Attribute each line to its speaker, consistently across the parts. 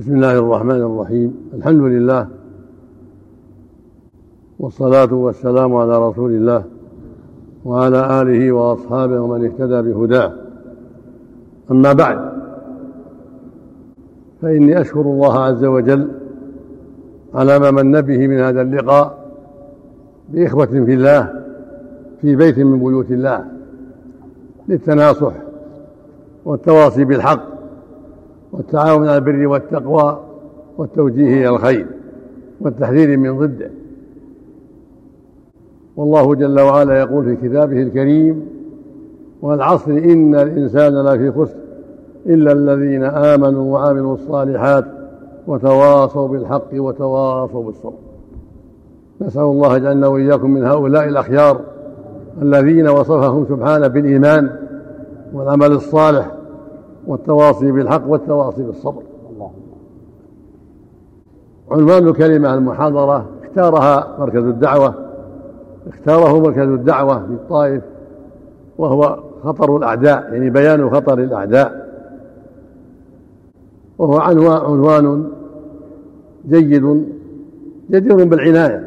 Speaker 1: بسم الله الرحمن الرحيم. الحمد لله والصلاة والسلام على رسول الله وعلى آله وأصحابه ومن اهتدى بهداه. أما بعد، فإني أشكر الله عز وجل على ما من به من هذا اللقاء بإخوة في الله في بيت من بيوت الله للتناصح والتواصي بالحق والتعاون على البر والتقوى والتوجيه إلى الخير والتحذير من ضده. والله جل وعلا يقول في كتابه الكريم: والعصر إن الإنسان لفي خسر إلا الذين آمنوا وعملوا الصالحات وتواصوا بالحق وتواصوا بالصبر. نسأل الله يجعلنا وإياكم من هؤلاء الأخيار الذين وصفهم سبحانه بالإيمان والعمل الصالح والتواصي بالحق والتواصي بالصبر. عنوان الكلمة المحاضرة اختاره مركز الدعوة في الطائف، وهو خطر الأعداء، يعني بيان خطر الأعداء، وهو عنوان جيد جدير بالعناية.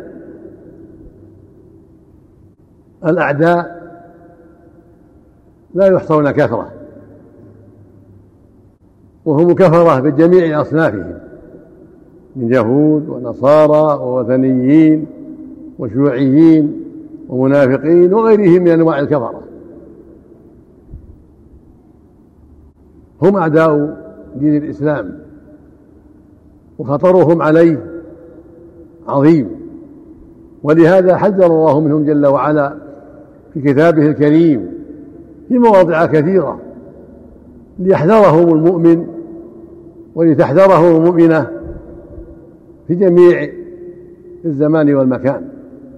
Speaker 1: الأعداء لا يحصون كثرة، وهم كفرة بجميع أصنافهم من يهود ونصارى ووثنيين وشيوعيين ومنافقين وغيرهم من أنواع الكفرة. هم أعداء دين الإسلام، وخطرهم عليه عظيم، ولهذا حذر الله منهم جل وعلا في كتابه الكريم في مواضع كثيرة ليحذرهم المؤمن ولتحذره المؤمنة في جميع الزمان والمكان.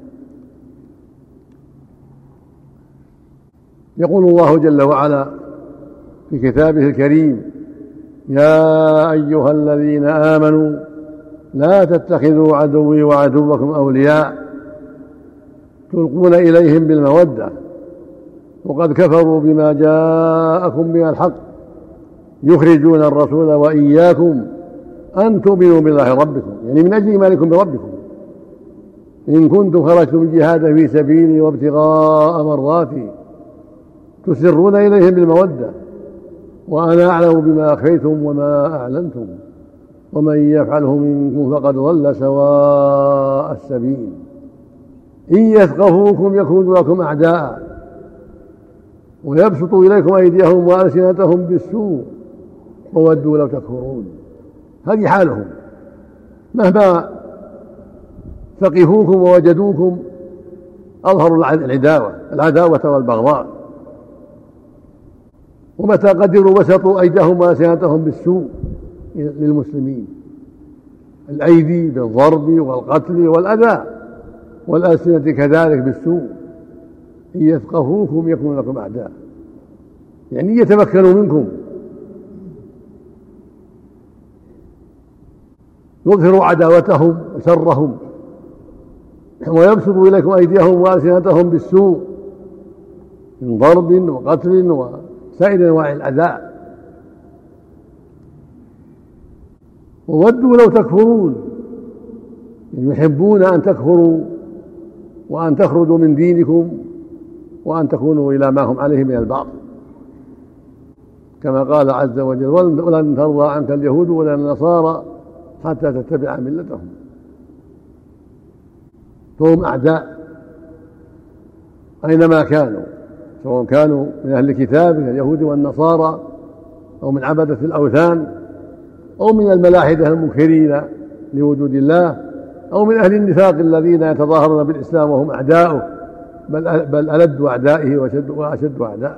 Speaker 1: يقول الله جل وعلا في كتابه الكريم: يا أيها الذين آمنوا لا تتخذوا عدوي وعدوكم أولياء تلقون إليهم بالمودة وقد كفروا بما جاءكم من الحق يخرجون الرسول وإياكم أن تؤمنوا بالله ربكم، يعني من أجل إيمانكم بربكم، إن كنتم خرجتم جهادا في سبيلي وابتغاء مرضاتي تسرون إليهم بالمودة وأنا أعلم بما أخفيتم وما أعلنتم ومن يفعله منكم فقد ضل سواء السبيل إن يثقفوكم يكونوا لكم أعداء ويبسطوا إليكم أيديهم وألسنتهم بالسوء وودوا لو تكفرون. هذه حالهم، مهما ثقفوكم ووجدوكم أظهروا العداوة والبغضاء، ومتى قدروا بسطوا أيديهم وألسنتهم بالسوء للمسلمين، الأيدي بالضرب والقتل والأذى، والألسنة كذلك بالسوء. إن يثقفوكم يكونوا لكم أعداء، يعني يتمكنوا منكم، يظهروا عداوتهم وشرهم ويبسطوا إليكم أيديهم وألسنتهم بالسوء من ضرب وقتل وسائر أنواع الأذى. وودوا لو تكفرون، يعني يحبون أن تكفروا وأن تخرجوا من دينكم وأن تكونوا إلى ما هم عليه من الباطل، كما قال عز وجل: ولن ترضى عنك اليهود ولا النصارى حتى تتبع ملتهم. فهم أعداء أينما كانوا، سواء كانوا من أهل الكتاب من اليهود والنصارى أو من عبدة الأوثان أو من الملاحدة المنكرين لوجود الله أو من أهل النفاق الذين يتظاهرون بالإسلام وهم أعداؤه، بل ألد أعدائه وأشد أعدائه.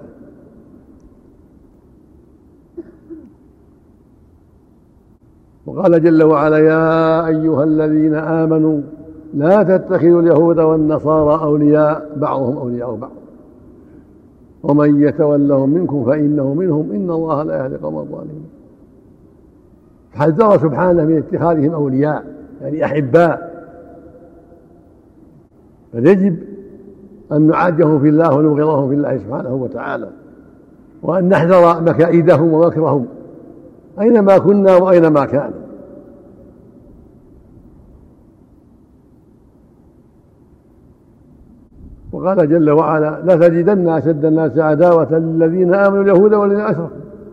Speaker 1: وقال جل وعلا: يا أيها الذين آمنوا لا تتخذوا اليهود والنصارى أولياء بعضهم أولياء بعض ومن يتولهم منكم فإنه منهم إن الله لا يهدي القوم الظالمين. حذر سبحانه من اتخاذهم أولياء، يعني أحباء، فيجب أن نعادهم في الله ونبغضهم في الله سبحانه وتعالى، وأن نحذر مكائدهم ومكرهم أينما كنا وأينما كانوا. وقال جل وعلا لا تجدن أشد الناس عداوة للذين آمنوا اليهود والذين أشركوا،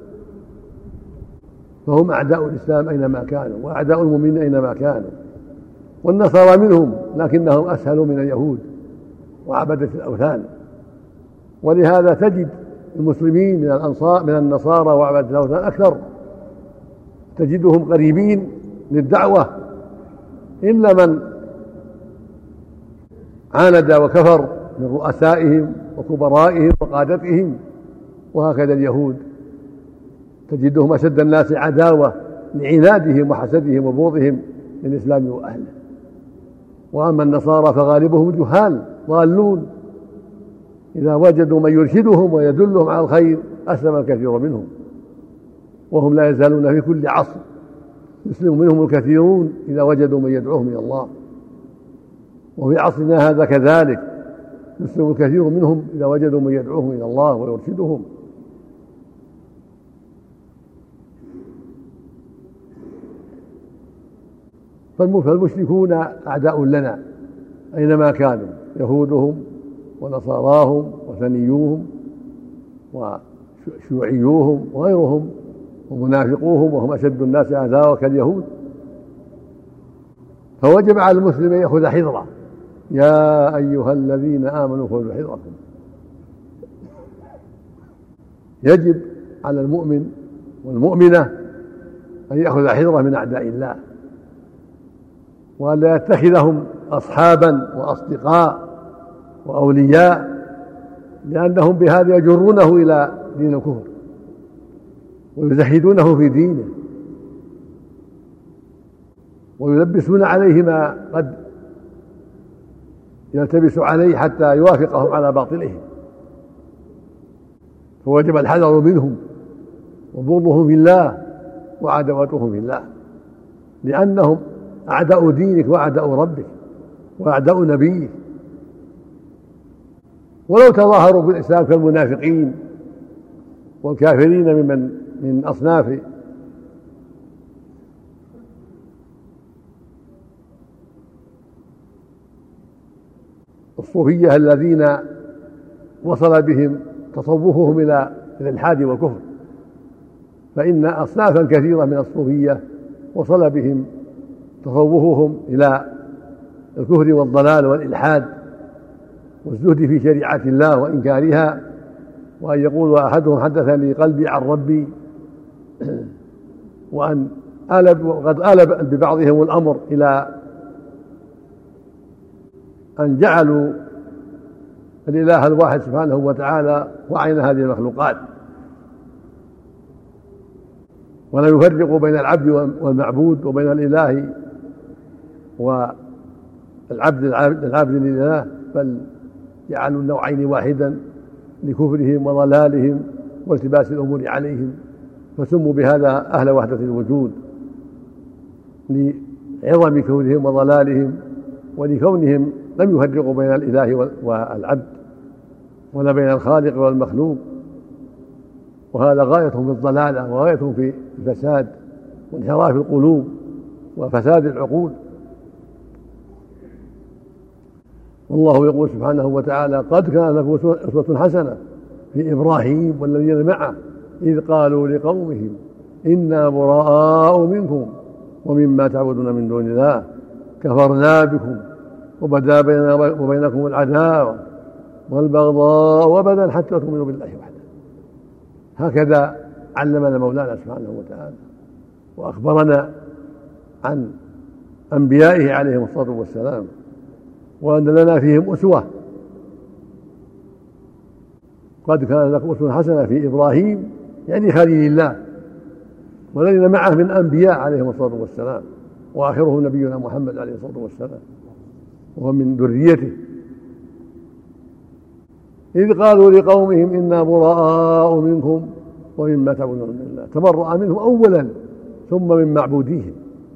Speaker 1: فهم أعداء الإسلام أينما كانوا وأعداء المؤمنين أينما كانوا، والنصارى منهم لكنهم أسهل من اليهود وعبدة الأوثان. ولهذا تجد المسلمين من النصارى وعبدة الأوثان أكثر، تجدهم قريبين للدعوة، إلا من عاند وكفر من رؤسائهم وكبرائهم وقادتهم. وهكذا اليهود تجدهم أشد الناس عداوة لعنادهم وحسدهم وبغضهم للإسلام وأهله. وأما النصارى فغالبهم جهال ضالون، إذا وجدوا من يرشدهم ويدلهم على الخير أسلم الكثير منهم، وهم لا يزالون في كل عصر يسلم منهم الكثيرون إذا وجدوا من يدعوهم إلى الله. وفي عصرنا هذا كذلك يسلم الكثير منهم إذا وجدوا من يدعوهم إلى الله ويرشدهم. فالمشركون أعداء لنا أينما كانوا، يهودهم ونصاراهم وثنيوهم وشيوعيوهم وغيرهم ومنافقوهم، وهم أشد الناس عداوة كاليهود. فوجب على المسلم أن يأخذ حذره، يا أيها الذين آمنوا خذوا حذركم. يجب على المؤمن والمؤمنة أن يأخذ حذره من أعداء الله، وأن لا يتخذهم أصحابا وأصدقاء وأولياء، لأنهم بهذا يجرونه إلى دين الكفر ويزهدونه في دينه ويلبسون عليه ما قد يلتبس عليه حتى يوافقهم على باطلهم. فوجب الحذر منهم وبغضهم في الله وعداوتهم في الله، لأنهم أعداء دينك وأعداء ربك وأعداء نبيك. ولو تظاهروا بالإسلام كالمنافقين والكافرين من أصناف الصوفية الذين وصل بهم تصوفهم إلى الإلحاد والكفر، فإن أصنافا كثيرة من الصوفية وصل بهم تصوفهم إلى الكفر والضلال والإلحاد والزهد في شريعة الله وإنكارها، وأن يقول أحدهم حدثني قلبي عن ربي، وقد آلب ببعضهم الأمر إلى أن جعلوا الإله الواحد سبحانه وتعالى وعين هذه المخلوقات، ولا يفرقوا بين العبد والمعبود وبين الإله والعبد لله، بل جعلوا النوعين واحدا لكفرهم وضلالهم والتباس الأمور عليهم، فسموا بهذا أهل وحدة الوجود لعظم كونهم وضلالهم ولكونهم لم يفرقوا بين الإله والعبد ولا بين الخالق والمخلوق. وهذا غايتهم في الضلالة وغايتهم في الفساد وانحراف القلوب وفساد العقول. والله يقول سبحانه وتعالى قد كان لكم أسوة حسنة في إبراهيم والذين معه إذ قالوا لقومهم إنا براء منكم ومما تعبدون من دون الله كفرنا بكم وبدا بيننا وبينكم العداوة والبغضاء وبدا حتى تؤمنوا بالله وحده. هكذا علمنا مولانا سبحانه وتعالى وأخبرنا عن أنبيائه عليهم الصلاة والسلام، وأن لنا فيهم أسوة. قد كان لكم أسوة حسنة في إبراهيم يعني خليل الله والذين معه من أنبياء عليهم الصلاة والسلام، وآخرهم نبينا محمد عليه الصلاة والسلام وهو من ذريته. إذ قالوا لقومهم إنا براء منكم ومما تعبدون من الله، تبرأ منهم أولا ثم من معبوديهم،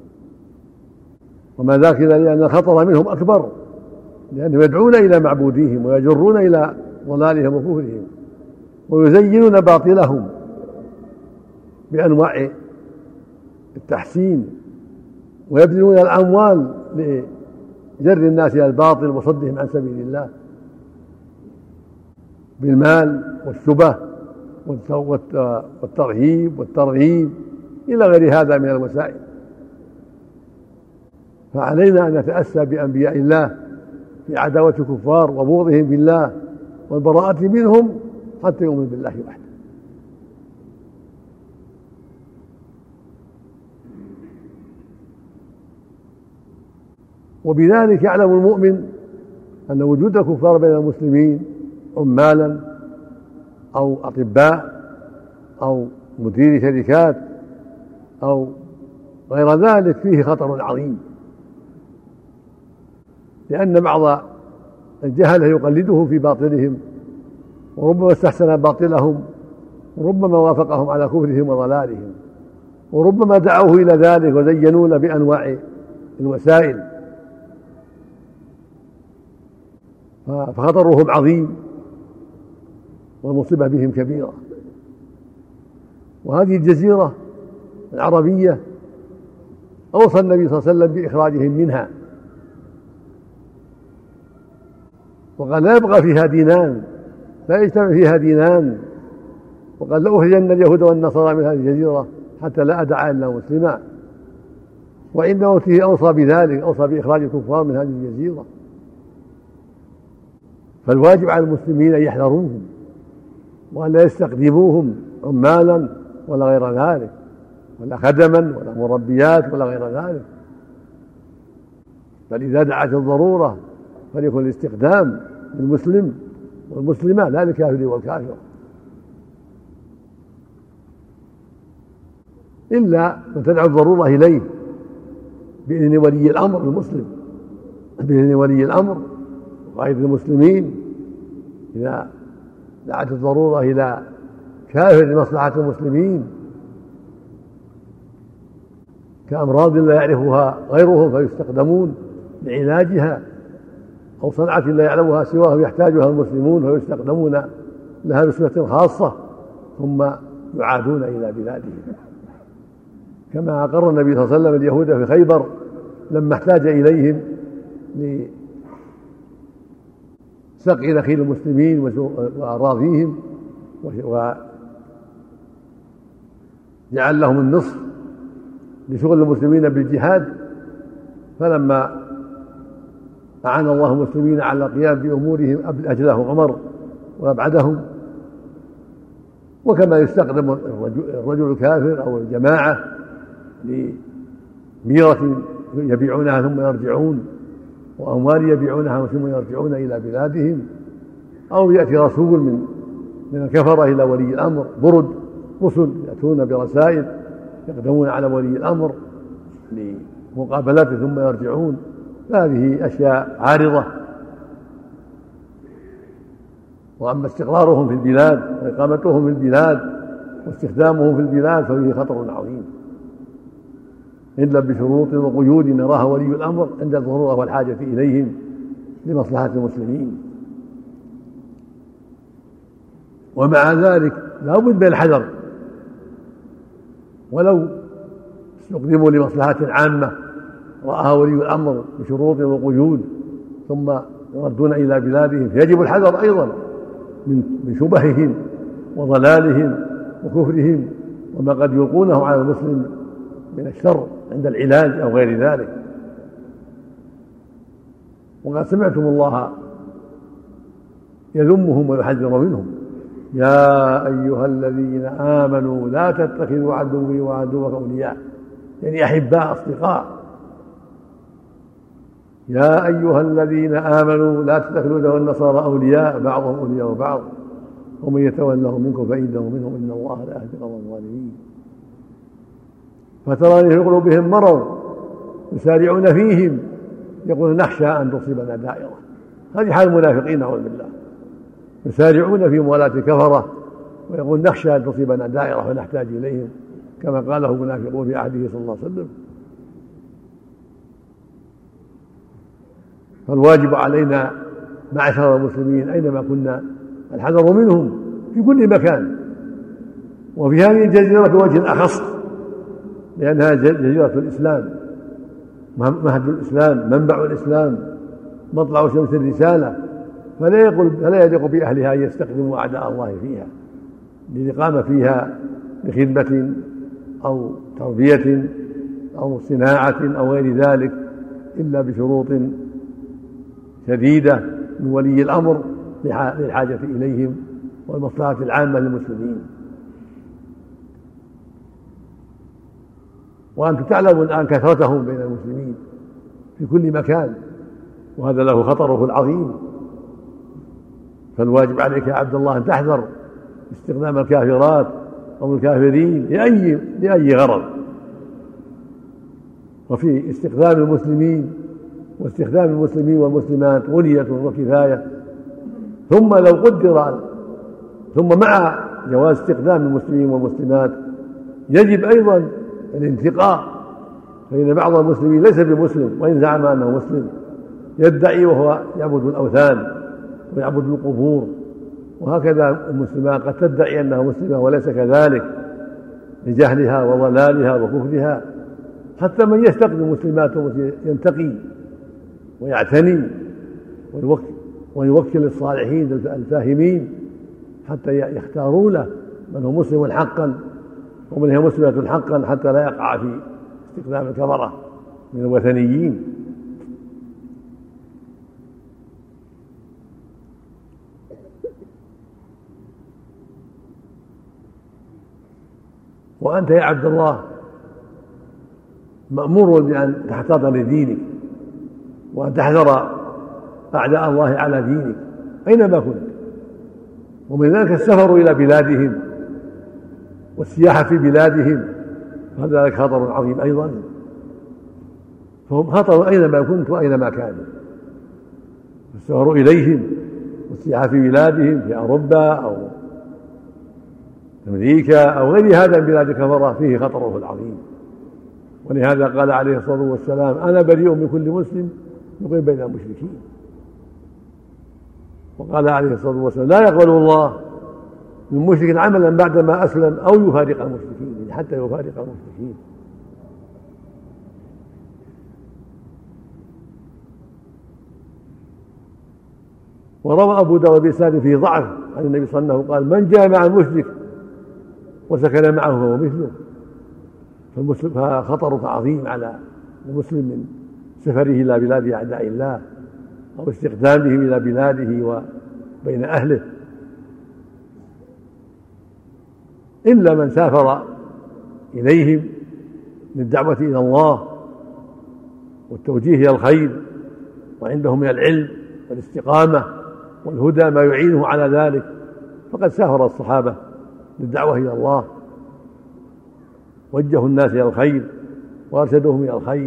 Speaker 1: وما ذاك إلا لأن الخطر منهم أكبر، لأنهم يدعون إلى معبوديهم ويجرون إلى ضلالهم وكفرهم ويزينون باطلهم بأنواع التحسين، ويبذلون الأموال لجر الناس إلى الباطل وصدهم عن سبيل الله. بالمال والشبه والترهيب والترهيب إلى غير هذا من الوسائل. فعلينا أن نتأسى بأنبياء الله في عداوة الكفار وبغضهم بالله والبراءة منهم حتى يؤمن بالله وحده. وبذلك يعلم المؤمن أن وجود الكفار بين المسلمين عمالا أو أطباء أو مدير شركات أو غير ذلك فيه خطر عظيم، لأن بعض الجهلة يقلده في باطلهم، وربما استحسن باطلهم، وربما وافقهم على كفرهم وضلالهم، وربما دعوه إلى ذلك وزينون بأنواع الوسائل، فخطرهم عظيم والمصيبة بهم كبيرة. وهذه الجزيرة العربية أوصى النبي صلى الله عليه وسلم بإخراجهم منها، وقال لا يبقى فيها دينان، لا يجتمع فيها دينان، وقال لأخرجن اليهود والنصارى من هذه الجزيرة حتى لا أدع إلا مسلما. وعند موته أوصى بذلك، أوصى بإخراج الكفار من هذه الجزيرة. فالواجب على المسلمين أن يحذروهم وأن لا يستقدموهم عمالا ولا غير ذلك، ولا خدما ولا مربيات ولا غير ذلك، بل إذا دعت الضرورة فليكن الاستخدام للمسلم والمسلمة لا للكافر والكافر، إلا من تدعو الضرورة إليه بإذن ولي الأمر المسلم، بإذن ولي الأمر وقائد المسلمين. إذا دعت الضرورة إلى كافر لمصلحة المسلمين كأمراض لا يعرفها غيرهم فيستخدمون لعلاجها، أو صنعة لا يعلمها سواهم يحتاجها المسلمون فيستخدمون لها بصفة خاصة، ثم يعادون إلى بلادهم، كما أقر النبي صلى الله عليه وسلم اليهود في خيبر لما احتاج إليهم لسقي نخيل المسلمين وأراضيهم، وجعل لهم النصف لشغل المسلمين بالجهاد. فلما أعان الله المسلمين على القيام بأمورهم أجله عمر وأبعدهم. وكما يستخدم الرجل الكافر أو الجماعة لميرة يبيعونها ثم يرجعون، وأموال يبيعونها ثم يرجعون إلى بلادهم، أو يأتي رسول من الكفرة إلى ولي الأمر، برد رسل يأتون برسائل يقدمون على ولي الأمر لمقابلته ثم يرجعون. هذه أشياء عارضة. وأما استقرارهم في البلاد وإقامتهم في البلاد واستخدامهم في البلاد ففيه خطر عظيم، إلا بشروط وقيود يراها ولي الأمر عند الضرورة والحاجة إليهم لمصلحة المسلمين. ومع ذلك لا بد من الحذر، ولو استخدموا لمصلحة عامة رآها ولي الأمر بشروط وقيود ثم يردون إلى بلادهم، فيجب الحذر أيضا من شبههم وضلالهم وكفرهم وما قد يلقونه على المسلم من الشر عند العلاج أو غير ذلك. وقد سمعتم الله يذمهم ويحذر منهم: يا أيها الذين آمنوا لا تتخذوا عدوي وعدوكم أولياء، يعني أحباء أصدقاء. يا أيها الذين آمنوا لا تتخذوا النصارى أولياء بعضهم أولياء بعض ومن يتولهم منكم فإنه منهم إن الله لا يهدي القوم الظالمين. فترى في قلوبهم مرض يسارعون فيهم يقول نخشى أن تصيبنا دائرة. هذه حال المنافقين نعوذ بالله، يسارعون في موالاة الكفرة ويقول نخشى أن تصيبنا دائرة فنحتاج إليهم، كما قاله المنافقون في عهده صلى الله عليه وسلم. فالواجب علينا معشر المسلمين أينما كنا الحذر منهم في كل مكان، وفي هذه الجزيرة بوجه أخص، لأنها جزيرة الإسلام، مهد الإسلام، منبع الإسلام، مطلع شمس الرسالة، فلا يليق بأهلها أن يستخدموا أعداء الله فيها للإقامة فيها بخدمة أو تربية أو صناعة أو غير ذلك، إلا بشروط شديدة من ولي الأمر للحاجة إليهم والمصلحة العامة للمسلمين. وأنتم تعلمون الآن كثرتهم بين المسلمين في كل مكان، وهذا له خطره العظيم. فالواجب عليك يا عبد الله أن تحذر استخدام الكافرات أو الكافرين لأي غرض. وفي استخدام المسلمين واستخدام المسلمين والمسلمات غنية وكفاية، ثم لو قدر ثم مع جواز استخدام المسلمين والمسلمات يجب أيضا الانتقاء، فإن بعض المسلمين ليس بمسلم وإن زعم أنه مسلم، يدعي وهو يعبد الأوثان ويعبد القبور. وهكذا المسلمات قد تدعي أنها مسلمة وليس كذلك لجهلها وضلالها وكفرها. حتى من يستخدم المسلمات ينتقي ويعتني ويوكل الصالحين الفاهمين حتى يختاروا له من هو مسلم حقا ومن هي مسلمة حقا، حتى لا يقع في استخدام الكفرة من الوثنيين. وأنت يا عبد الله مأمور بأن تحتاط لدينك وأن تحذر أعداء الله على دينك أينما كنت، ومن ذلك السفر إلى بلادهم والسياحة في بلادهم، فهذا ذلك خطر عظيم أيضا. فهم خطر أينما كنت وأينما كانوا، السفر إليهم والسياحة في بلادهم في أوروبا أو أمريكا أو غير هذا من بلاد الكفرة فيه خطره العظيم. ولهذا قال عليه الصلاة والسلام: أنا بريء من كل مسلم يقيم بين المشركين. وقال عليه الصلاة والسلام: لا يقبل الله من مشرك عملا بعدما أسلم أو يفارق المشركين، حتى يفارق المشركين. وروى أبو داود بإسناد فيه ضعف عن النبي صلى الله عليه وسلم قال: من جامع المشرك وسكن معه فهو مثله. فخطرك عظيم على المسلم من سفره إلى بلاد أعداء الله أو استخدامهم إلى بلاده وبين أهله، إلا من سافر إليهم للدعوة إلى الله والتوجيه إلى الخير، وعندهم من العلم والاستقامة والهدى ما يعينه على ذلك. فقد سافر الصحابة للدعوة إلى الله، وجهوا الناس إلى الخير وأرشدوهم إلى الخير.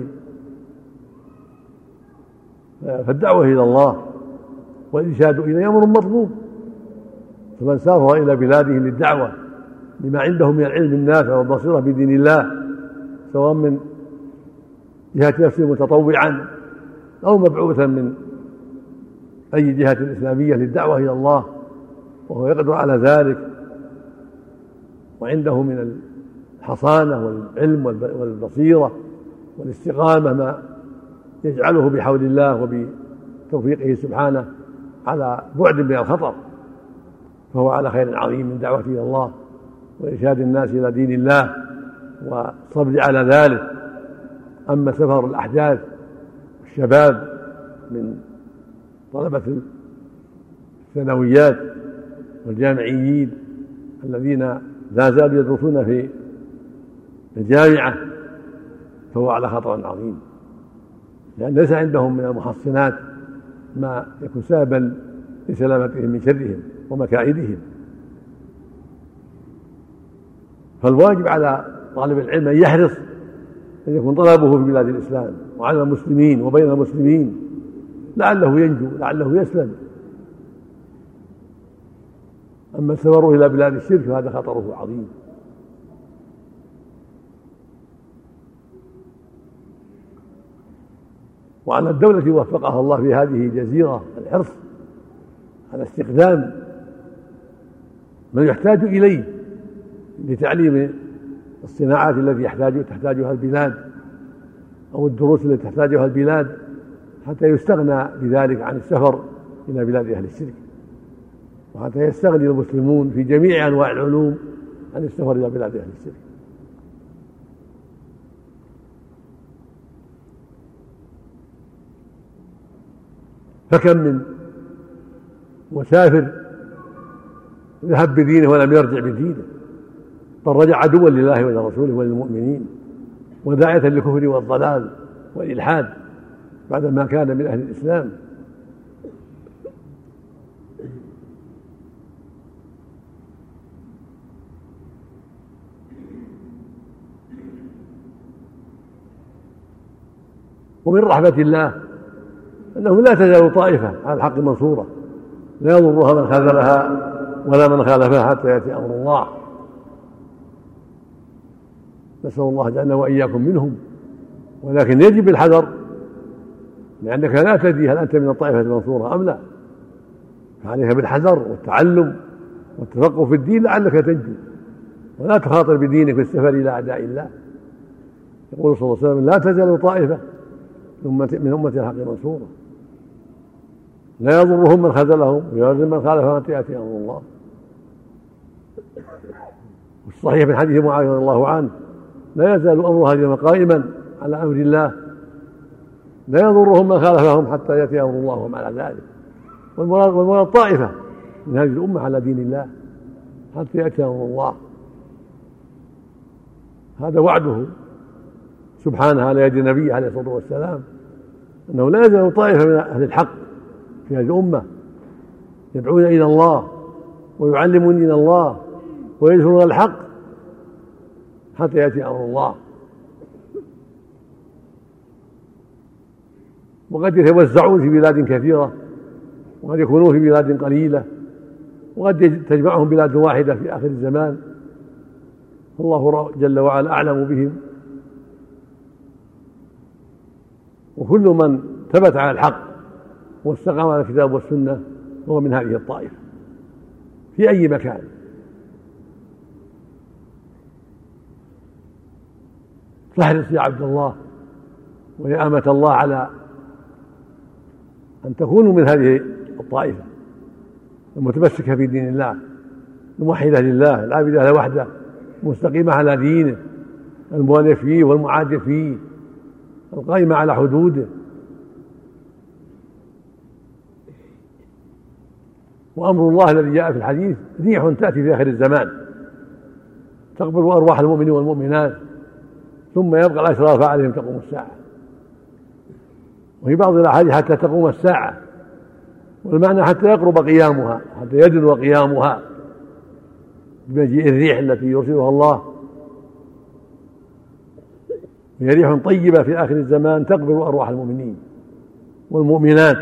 Speaker 1: فالدعوة إلى الله والإرشاد إليه أمر مطلوب. فمن سافر إلى بلاده للدعوة بما عندهم من العلم النافع والبصيرة بدين الله، سواء من جهة نفسه متطوعا أو مبعوثا من أي جهة إسلامية للدعوة إلى الله وهو يقدر على ذلك، وعنده من الحصانة والعلم والبصيرة والاستقامة ما يجعله بحول الله وبتوفيقه سبحانه على بعد من الخطر، فهو على خير عظيم من دعوة إلى الله وإرشاد الناس إلى دين الله والصبر على ذلك. أما سفر الأحداث والشباب من طلبة الثانويات والجامعيين الذين لا زالوا يدرسون في الجامعة، فهو على خطر عظيم، لأن ليس عندهم من المحصنات ما يكون سببا لسلامتهم من شرهم ومكائدهم. فالواجب على طالب العلم أن يحرص أن يكون طلبه في بلاد الإسلام وعلى المسلمين وبين المسلمين، لعله ينجو لعله يسلم. أما السفر إلى بلاد الشرك فهذا خطره عظيم. وعلى الدولة وفقها الله في هذه الجزيرة الحرص على استخدام من يحتاج إليه لتعليم الصناعات التي تحتاجها البلاد أو الدروس التي تحتاجها البلاد، حتى يستغنى بذلك عن السفر إلى بلاد أهل الشرك، وحتى يستغني المسلمون في جميع أنواع العلوم عن السفر إلى بلاد أهل الشرك. فكم من مسافر ذهب بدينه ولم يرجع بدينه، بل رجع عدوا لله ولرسوله وللمؤمنين وداعية للكفر والضلال والإلحاد بعدما كان من أهل الإسلام. ومن رحمة الله أنه لا تزال طائفة على الحق منصورة لا يضرها من خذلها ولا من خالفها حتى يأتي أمر الله. نسأل الله جعلنا وإياكم منهم، ولكن يجب الحذر، لأنك لا تدري هل أنت من الطائفة المنصورة أم لا، فعليك بالحذر والتعلم والتفقه في الدين لعلك تنجو، ولا تخاطر بدينك في السفر إلى أعداء الله. يقول صلى الله عليه وسلم: لا تزال طائفة من أمة الحق منصورة لا يضرهم من خذلهم ويعز من خالفهم حتى يأتي أمر الله. والصحيح من حديث معاذ رضي الله عنه: لا يزال أمر هذه قائما على أمر الله لا يضرهم من خالفهم حتى يأتي أمر الله وهم على ذلك. والمراد طائفة من هذه الأمة على دين الله حتى يأتي أمر الله. هذا وعده سبحانه على يد النبي عليه الصلاة والسلام أنه لا يزال طائفة من أهل الحق في هذه الأمة يدعون إلى الله ويعلمون دين الله وينشرون الحق حتى يأتي أمر الله. وقد يتوزعون في بلاد كثيرة، وقد يكونون في بلاد قليلة، وقد تجمعهم بلاد واحدة في آخر الزمان، فالله جل وعلا أعلم بهم. وكل من ثبت على الحق واستقام على الكتاب والسنة هو من هذه الطائفة في أي مكان. فاحرص يا عبد الله ويا أمة الله على أن تكونوا من هذه الطائفة المتمسكة في دين الله، الموحدة لله، العابدة له وحده، مستقيمة على دينه، المؤلف فيه والمعادي فيه، القائمة على حدوده. وأمر الله الذي جاء في الحديث: ريح تأتي في آخر الزمان تقبل أرواح المؤمنين والمؤمنات ثم يبقى الأشرار فعليهم تقوم الساعة. وفي بعض الأحاديث: حتى تقوم الساعة، والمعنى حتى يقرب قيامها، حتى يدنو قيامها بمجيء الريح التي يرسلها الله. وهي ريح طيبة في آخر الزمان تقبل أرواح المؤمنين والمؤمنات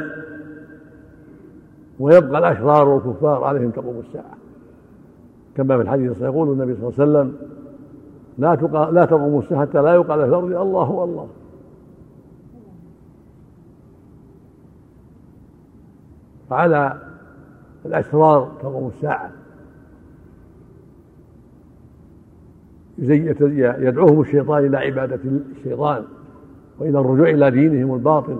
Speaker 1: ويبقى الأشرار والكفار عليهم تقوم الساعة، كما في الحديث يقول النبي صلى الله عليه وسلم: لا تقوم الساعة حتى لا يقال في الأرض الله الله. فعلى الأشرار تقوم الساعة، يدعوهم الشيطان إلى عبادة الشيطان وإلى الرجوع إلى دينهم الباطل،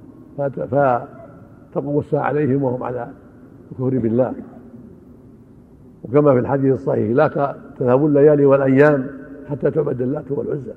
Speaker 1: فتقوم الساعة عليهم وهم على الكفر بالله. وكما في الحديث الصحيح: لا تذهب الليالي والأيام حتى تعبد اللات والعزى.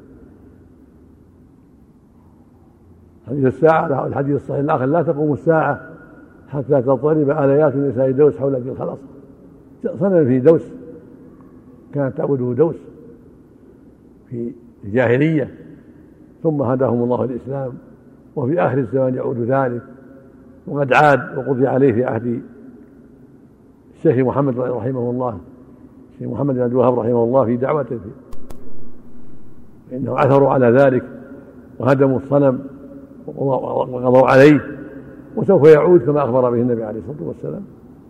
Speaker 1: حديث الساعة الحديث الصحيح الآخر: لا تقوم الساعة حتى تضطرب آليات نساء دوس حول ذي الخلص. صنم في دوس كانت تعبده دوس في الجاهلية، ثم هداهم الله الإسلام، وفي آخر الزمان يعود ذلك، وقد عاد وقضي عليه في عهد الشيخ محمد رحمه الله، الشيخ محمد بن عبد الوهاب رحمه الله في دعوته فإنه عثروا على ذلك وهدموا الصنم وقضوا عليه، وسوف يعود كما أخبر به النبي عليه الصلاة والسلام.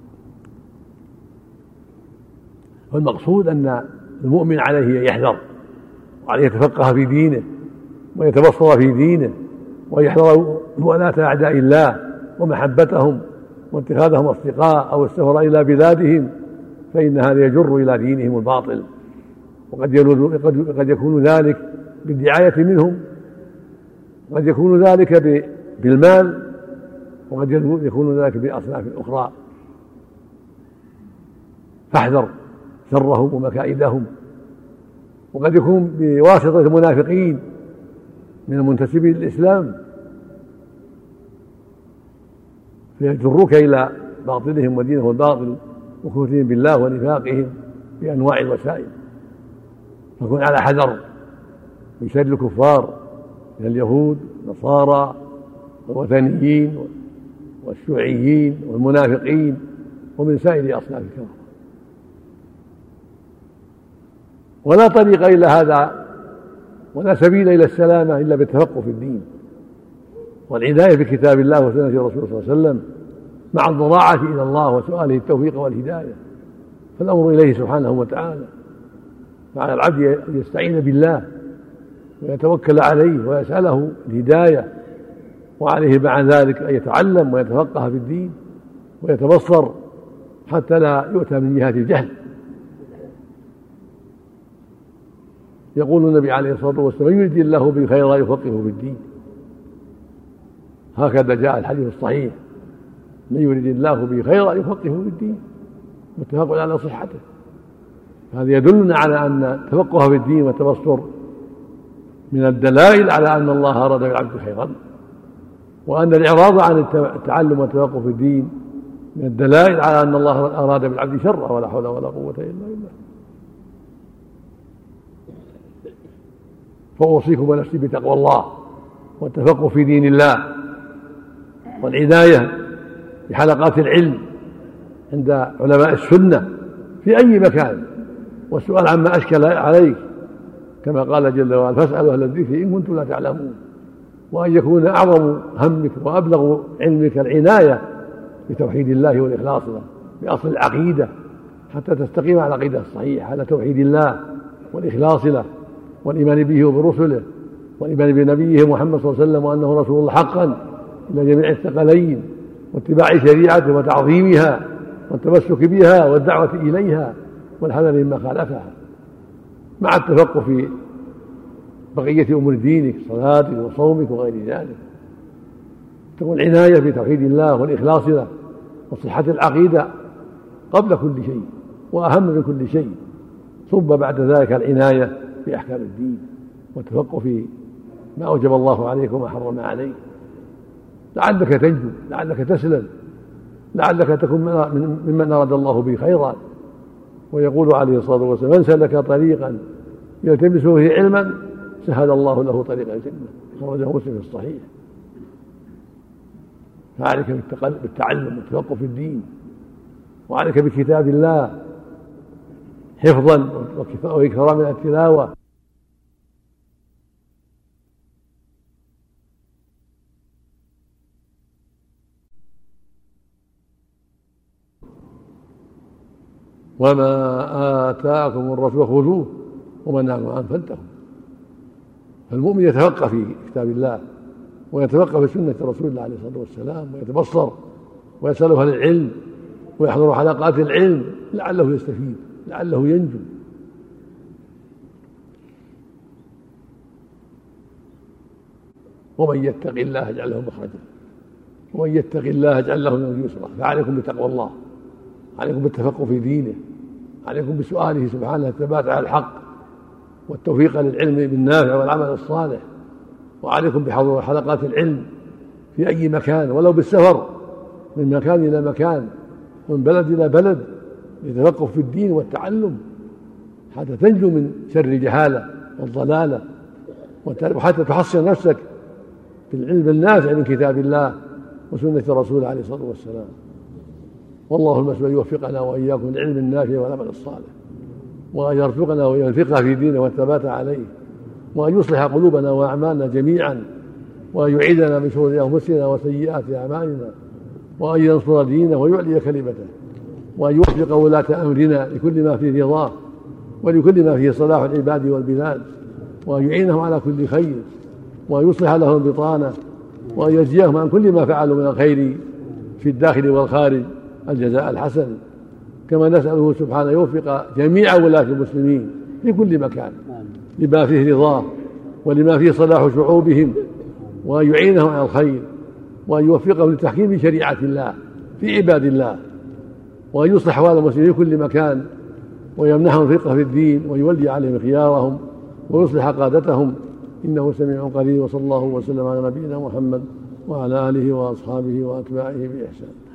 Speaker 1: والمقصود أن المؤمن عليه يحذر وعليه يتفقه في دينه ويتبصر في دينه ويحذر موالاة أعداء الله ومحبتهم واتخاذهم أصدقاء أو السفر إلى بلادهم، فإن هذا يجر إلى دينهم الباطل، وقد يكون ذلك بالدعاية منهم، وقد يكون ذلك بالمال وقد يكون ذلك بأصناف أخرى، فاحذر شرهم ومكائدهم. وقد يكون بواسطة المنافقين من المنتسبين للإسلام فيجروك إلى باطلهم ودينهم الباطل وكفرهم بالله ونفاقهم بأنواع الوسائل، فكن على حذر من شر الكفار من اليهود والنصارى والوثنيين والشيوعيين والمنافقين ومن سائر أصناف الكفر. ولا طريق إلى هذا ولا سبيل إلى السلامة إلا بالتفقه في الدين والعناية بكتاب الله وسنة رسوله صلى الله عليه وسلم، مع الضراعة إلى الله وسؤاله التوفيق والهداية. فالأمر إليه سبحانه وتعالى، فعلى العبد أن يستعين بالله ويتوكل عليه ويسأله الهداية، وعليه مع ذلك أن يتعلم ويتفقه في الدين ويتبصر حتى لا يؤتى من جهة الجهل. يقول النبي عليه الصلاة والسلام: من يريد الله به خيرا يفقهه في الدين. هكذا جاء الحديث الصحيح: من يريد الله به خيرا يفقهه في الدين، متفق على صحته. هذا يدلنا على أن التفقه في الدين والتبصر من الدلائل على أن الله أراد بالعبد خيرا، وأن الإعراض عن التعلم والتفقه في الدين من الدلائل على أن الله أراد بالعبد شرا، ولا حول ولا قوة إلا بالله. فأوصيكم ونفسي بتقوى الله والتفقه في دين الله والعناية بحلقات العلم عند علماء السنة في أي مكان، والسؤال عما أشكل عليك كما قال جل وعلا: فاسألوا أهل الذكر إن كنتم لا تعلمون. وأن يكون أعظم همك وأبلغ علمك العناية بتوحيد الله والإخلاص له بأصل العقيدة، حتى تستقيم على العقيدة الصحيحة على توحيد الله والإخلاص له والإيمان به وبرسله والإيمان بنبيه محمد صلى الله عليه وسلم وأنه رسول الله حقا إلى جميع الثقلين، واتباع شريعته وتعظيمها والتمسك بها والدعوة إليها والحذر مما خالفها، مع التفقه في بقية أمور دينك صلاتك وصومك وغير ذلك. تكون عناية بتوحيد الله والإخلاص له وصحة العقيدة قبل كل شيء وأهم من كل شيء، ثم بعد ذلك العناية بأحكام الدين والتفقه في ما أوجب الله عليك وما حرم عليك، لعلك تنجو، لعلك تسلم، لعلك تكون ممن أراد الله به خيرا. ويقول عليه الصلاة والسلام: من سلك طريقا يلتمس فيه علما سهل الله له طريق الجنة، خرجه مسلم في الصحيح. فعليك بالتعلم والتفقه في الدين، وعليك بكتاب الله حفظا وإكثارا من التلاوة. وما آتاكم الرسول خذوه وما نهاكم عنه فانتهوا. فالمؤمن يتفقه في كتاب الله ويتفقه في سنة رسول الله عليه الصلاة والسلام، ويتبصر ويسأل أهل العلم ويحضر حلقات العلم لعله يستفيد، لعله ينجو. ومن يتق الله يجعل له مخرجا ومن يتق الله يجعل له من يسرا. فعليكم بتقوى الله، عليكم بالتفقه في دينه، عليكم بسؤاله سبحانه الثبات على الحق والتوفيق للعلم بالنافع والعمل الصالح، وعليكم بحضور حلقات العلم في أي مكان ولو بالسفر من مكان إلى مكان ومن بلد إلى بلد للتفقه في الدين والتعلم حتى تنجو من شر الجهالة والضلالة، وحتى تحصن نفسك في العلم النافع من كتاب الله وسنة رسوله عليه الصلاة والسلام. والله المسؤول يوفقنا وإياكم للعلم النافع والعمل الصالح، وأن يرزقنا وينفقنا في دينه والثبات عليه، وأن يصلح قلوبنا وأعمالنا جميعا، وأن يعيدنا من شرور أنفسنا وسيئات أعمالنا، وأن ينصر دينه ويعلي كلمته، وأن يوفق ولاة أمرنا لكل ما فيه رضاه ولكل ما فيه صلاح العباد والبلاد، وأن يعينهم على كل خير، وأن يصلح لهم البطانة، وأن يجزيهم عن كل ما فعلوا من الخير في الداخل والخارج الجزاء الحسن. كما نسأله سبحانه يوفق جميع ولاة المسلمين في كل مكان لما فيه رضاه ولما فيه صلاح شعوبهم، وأن يعينهم على الخير، وأن يوفقهم لتحكيم شريعة الله في عباد الله، وأن يصلح أحوال المسلمين في كل مكان، ويمنحهم الفقه في الدين، ويولي عليهم خيارهم، ويصلح قادتهم، إنه سميع قريب. وصلى الله وسلم على نبينا محمد وعلى آله وأصحابه وأتباعه بإحسان.